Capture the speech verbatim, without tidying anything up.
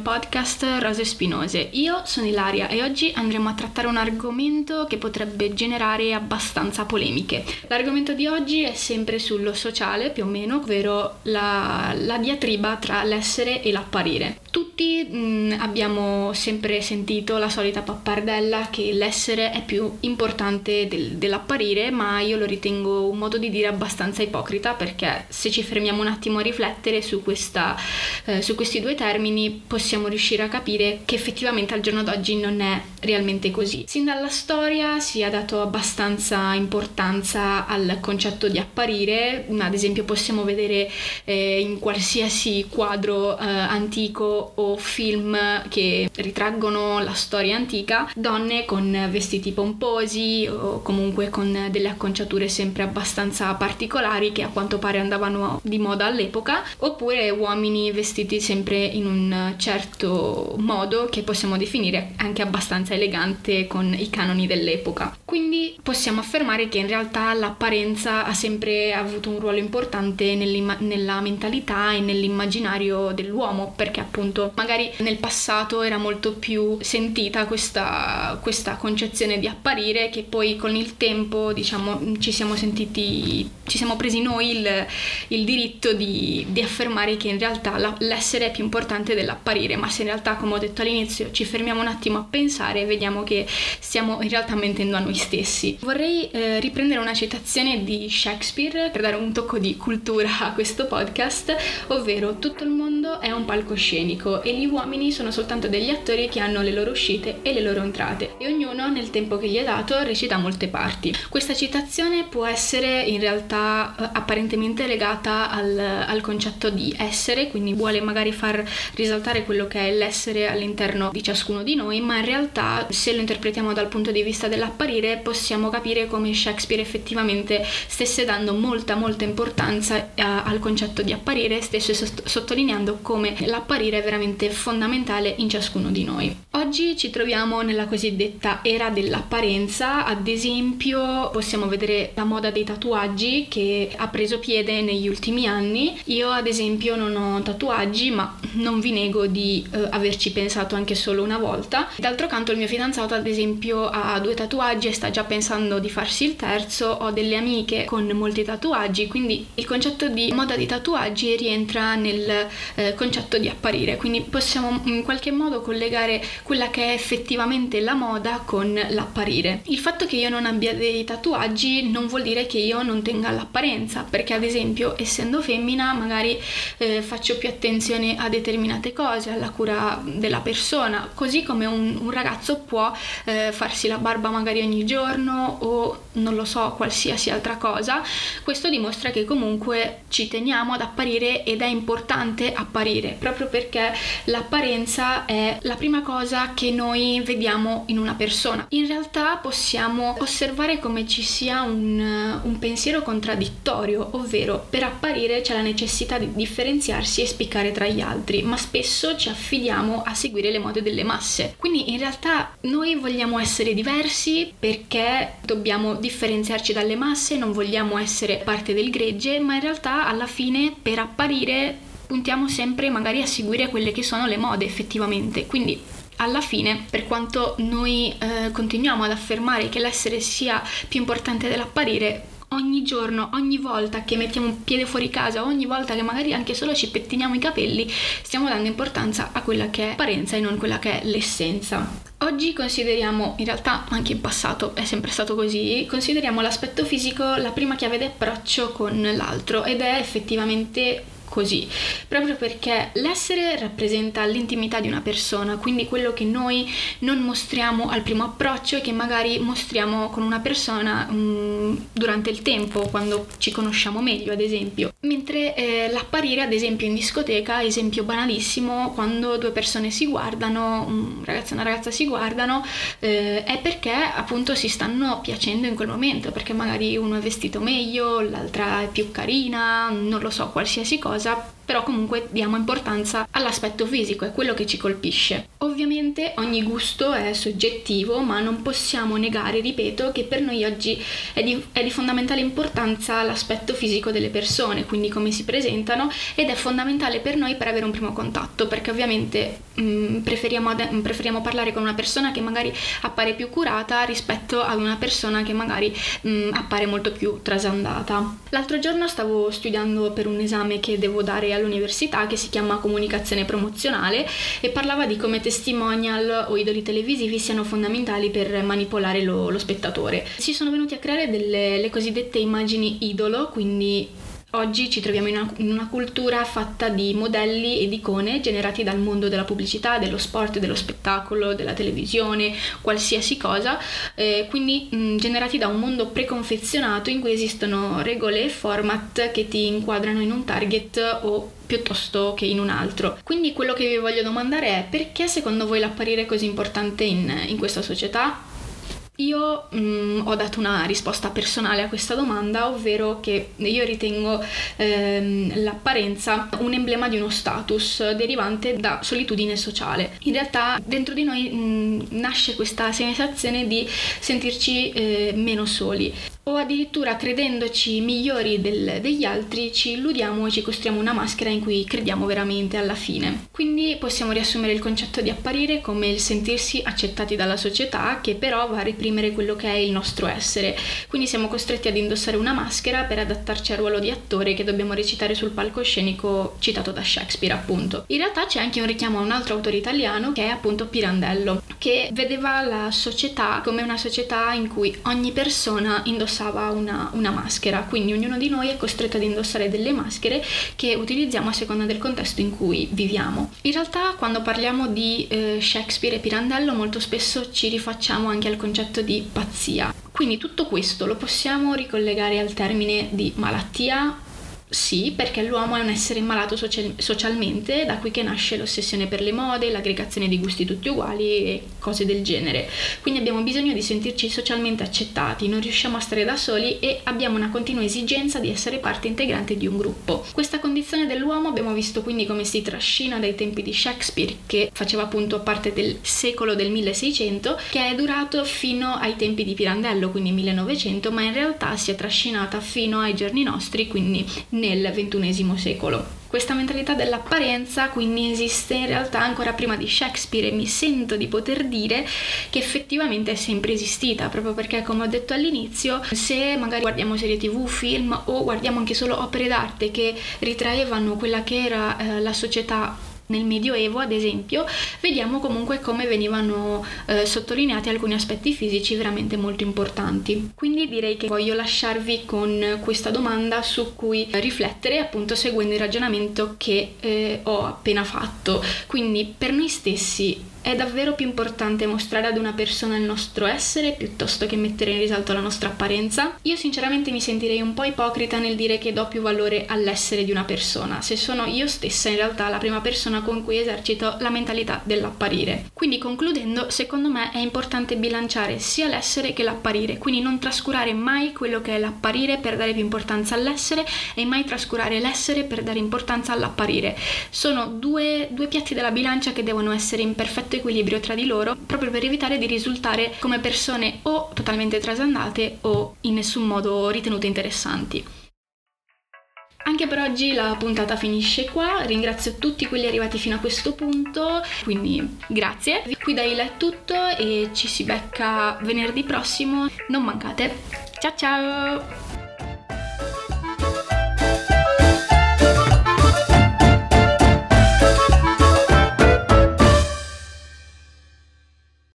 podcast Rose Spinose. Io sono Ilaria e oggi andremo a trattare un argomento che potrebbe generare abbastanza polemiche. L'argomento di oggi è sempre sullo sociale, più o meno, ovvero la, la diatriba tra l'essere e l'apparire. Tutti mh, abbiamo sempre sentito la solita pappardella che l'essere è più importante del, dell'apparire, ma io lo ritengo un modo di dire abbastanza ipocrita, perché se ci fermiamo un attimo a riflettere su questa eh, su questi due termini possiamo riuscire a capire che effettivamente al giorno d'oggi non è realmente così. Sin dalla storia si è dato abbastanza importanza al concetto di apparire, ad esempio possiamo vedere eh, in qualsiasi quadro eh, antico o film che ritraggono la storia antica donne con vestiti pomposi o comunque con delle acconciature sempre abbastanza particolari che a quanto pare andavano di moda all'epoca, oppure uomini vestiti sempre in un certo modo che possiamo definire anche abbastanza elegante con i canoni dell'epoca. Quindi possiamo affermare che in realtà l'apparenza ha sempre avuto un ruolo importante nella mentalità e nell'immaginario dell'uomo, perché appunto magari nel passato era molto più sentita questa, questa concezione di apparire, che poi con il tempo diciamo ci siamo sentiti ci siamo presi noi il, il diritto di, di affermare che in realtà la, l'essere è più importante dell'apparire. Ma se in realtà, come ho detto all'inizio, ci fermiamo un attimo a pensare, vediamo che stiamo in realtà mentendo a noi stessi. Vorrei eh, riprendere una citazione di Shakespeare per dare un tocco di cultura a questo podcast, ovvero: tutto il mondo è un palcoscenico e gli uomini sono soltanto degli attori che hanno le loro uscite e le loro entrate, e ognuno nel tempo che gli è dato recita molte parti. Questa citazione può essere in realtà eh, apparentemente legata al, al concetto di essere, quindi vuole magari far risaltare quello che è l'essere all'interno di ciascuno di noi, ma in realtà se lo interpretiamo dal punto di vista dell'apparire possiamo capire come Shakespeare effettivamente stesse dando molta molta importanza eh, al concetto di apparire, stesse sott- sottolineando come l'apparire è veramente fondamentale in ciascuno di noi. Oggi ci troviamo nella cosiddetta era dell'apparenza. Ad esempio possiamo vedere la moda dei tatuaggi che ha preso piede negli ultimi anni. Io ad esempio non ho tatuaggi, ma non vi nego di eh, averci pensato anche solo una volta. D'altro canto il mio fidanzato ad esempio ha due tatuaggi e sta già pensando di farsi il terzo. Ho delle amiche con molti tatuaggi, quindi il concetto di moda di tatuaggi rientra nel eh, concetto di apparire, quindi possiamo in qualche modo collegare quella che è effettivamente la moda con l'apparire. Il fatto che io non abbia dei tatuaggi non vuol dire che io non tenga l'apparenza, perché ad esempio essendo femmina magari eh, faccio più attenzione a determinate cose, alla cura della persona, così come un, un ragazzo può eh, farsi la barba magari ogni giorno o non lo so, qualsiasi altra cosa. Questo dimostra che comunque ci teniamo ad apparire ed è importante apparire, proprio perché l'apparenza è la prima cosa che noi vediamo in una persona. In realtà possiamo osservare come ci sia un, un pensiero contraddittorio, ovvero per apparire c'è la necessità di differenziarsi e spiccare tra gli altri, ma spesso ci affidiamo a seguire le mode delle masse. Quindi in realtà noi vogliamo essere diversi perché dobbiamo differenziarci dalle masse, non vogliamo essere parte del gregge, ma in realtà alla fine per apparire puntiamo sempre magari a seguire quelle che sono le mode effettivamente. Quindi alla fine, per quanto noi eh, continuiamo ad affermare che l'essere sia più importante dell'apparire, ogni giorno, ogni volta che mettiamo un piede fuori casa, ogni volta che magari anche solo ci pettiniamo i capelli, stiamo dando importanza a quella che è apparenza e non quella che è l'essenza. Oggi consideriamo, in realtà anche in passato è sempre stato così, consideriamo l'aspetto fisico la prima chiave di approccio con l'altro, ed è effettivamente così, proprio perché l'essere rappresenta l'intimità di una persona, quindi quello che noi non mostriamo al primo approccio e che magari mostriamo con una persona um, durante il tempo, quando ci conosciamo meglio ad esempio. Mentre eh, l'apparire ad esempio in discoteca, esempio banalissimo, quando due persone si guardano, un ragazzo e una ragazza si guardano, eh, è perché appunto si stanno piacendo in quel momento, perché magari uno è vestito meglio, l'altra è più carina, non lo so, qualsiasi cosa, però comunque diamo importanza all'aspetto fisico, è quello che ci colpisce. Ovviamente ogni gusto è soggettivo, ma non possiamo negare, ripeto, che per noi oggi è di, è di fondamentale importanza l'aspetto fisico delle persone, quindi come si presentano, ed è fondamentale per noi per avere un primo contatto, perché ovviamente mh, preferiamo, ad- preferiamo parlare con una persona che magari appare più curata rispetto ad una persona che magari mh, appare molto più trasandata. L'altro giorno stavo studiando per un esame che devo dare all'università, che si chiama comunicazione promozionale, e parlava di come testimonial o idoli televisivi siano fondamentali per manipolare lo, lo spettatore. Si sono venuti a creare delle le cosiddette immagini idolo, quindi oggi ci troviamo in una, in una cultura fatta di modelli ed icone generati dal mondo della pubblicità, dello sport, dello spettacolo, della televisione, qualsiasi cosa, eh, quindi mh, generati da un mondo preconfezionato in cui esistono regole e format che ti inquadrano in un target o piuttosto che in un altro. Quindi quello che vi voglio domandare è: perché secondo voi l'apparire è così importante in, in questa società? Io mh, ho dato una risposta personale a questa domanda, ovvero che io ritengo ehm, l'apparenza un emblema di uno status derivante da solitudine sociale. In realtà dentro di noi mh, nasce questa sensazione di sentirci eh, meno soli, o addirittura credendoci migliori del, degli altri ci illudiamo e ci costruiamo una maschera in cui crediamo veramente alla fine. Quindi possiamo riassumere il concetto di apparire come il sentirsi accettati dalla società, che però va a reprimere quello che è il nostro essere. Quindi siamo costretti ad indossare una maschera per adattarci al ruolo di attore che dobbiamo recitare sul palcoscenico citato da Shakespeare, appunto. In realtà c'è anche un richiamo a un altro autore italiano, che è appunto Pirandello, che vedeva la società come una società in cui ogni persona indossa Una, una maschera, quindi ognuno di noi è costretto ad indossare delle maschere che utilizziamo a seconda del contesto in cui viviamo. In realtà quando parliamo di eh, Shakespeare e Pirandello molto spesso ci rifacciamo anche al concetto di pazzia, quindi tutto questo lo possiamo ricollegare al termine di malattia? Sì, perché l'uomo è un essere malato social- socialmente, da qui che nasce l'ossessione per le mode, l'aggregazione di gusti tutti uguali e cose del genere. Quindi abbiamo bisogno di sentirci socialmente accettati, non riusciamo a stare da soli e abbiamo una continua esigenza di essere parte integrante di un gruppo. Questa condizione dell'uomo abbiamo visto quindi come si trascina dai tempi di Shakespeare, che faceva appunto parte del secolo del milleseicento, che è durato fino ai tempi di Pirandello, quindi millenovecento, ma in realtà si è trascinata fino ai giorni nostri, quindi nel ventunesimo secolo. Questa mentalità dell'apparenza quindi esiste in realtà ancora prima di Shakespeare, e mi sento di poter dire che effettivamente è sempre esistita, proprio perché, come ho detto all'inizio, se magari guardiamo serie tv, film o guardiamo anche solo opere d'arte che ritraevano quella che era eh, la società nel Medioevo, ad esempio, vediamo comunque come venivano eh, sottolineati alcuni aspetti fisici veramente molto importanti. Quindi direi che voglio lasciarvi con questa domanda su cui riflettere, appunto seguendo il ragionamento che eh, ho appena fatto. Quindi, per noi stessi è davvero più importante mostrare ad una persona il nostro essere piuttosto che mettere in risalto la nostra apparenza? Io sinceramente mi sentirei un po' ipocrita nel dire che do più valore all'essere di una persona, se sono io stessa in realtà la prima persona con cui esercito la mentalità dell'apparire. Quindi, concludendo, secondo me è importante bilanciare sia l'essere che l'apparire, quindi non trascurare mai quello che è l'apparire per dare più importanza all'essere e mai trascurare l'essere per dare importanza all'apparire. Sono due, due piatti della bilancia che devono essere in perfetto equilibrio tra di loro, proprio per evitare di risultare come persone o totalmente trasandate o in nessun modo ritenute interessanti. Anche per oggi la puntata finisce qua, ringrazio tutti quelli arrivati fino a questo punto, quindi grazie. Qui da Ila è tutto e ci si becca venerdì prossimo, non mancate. Ciao ciao!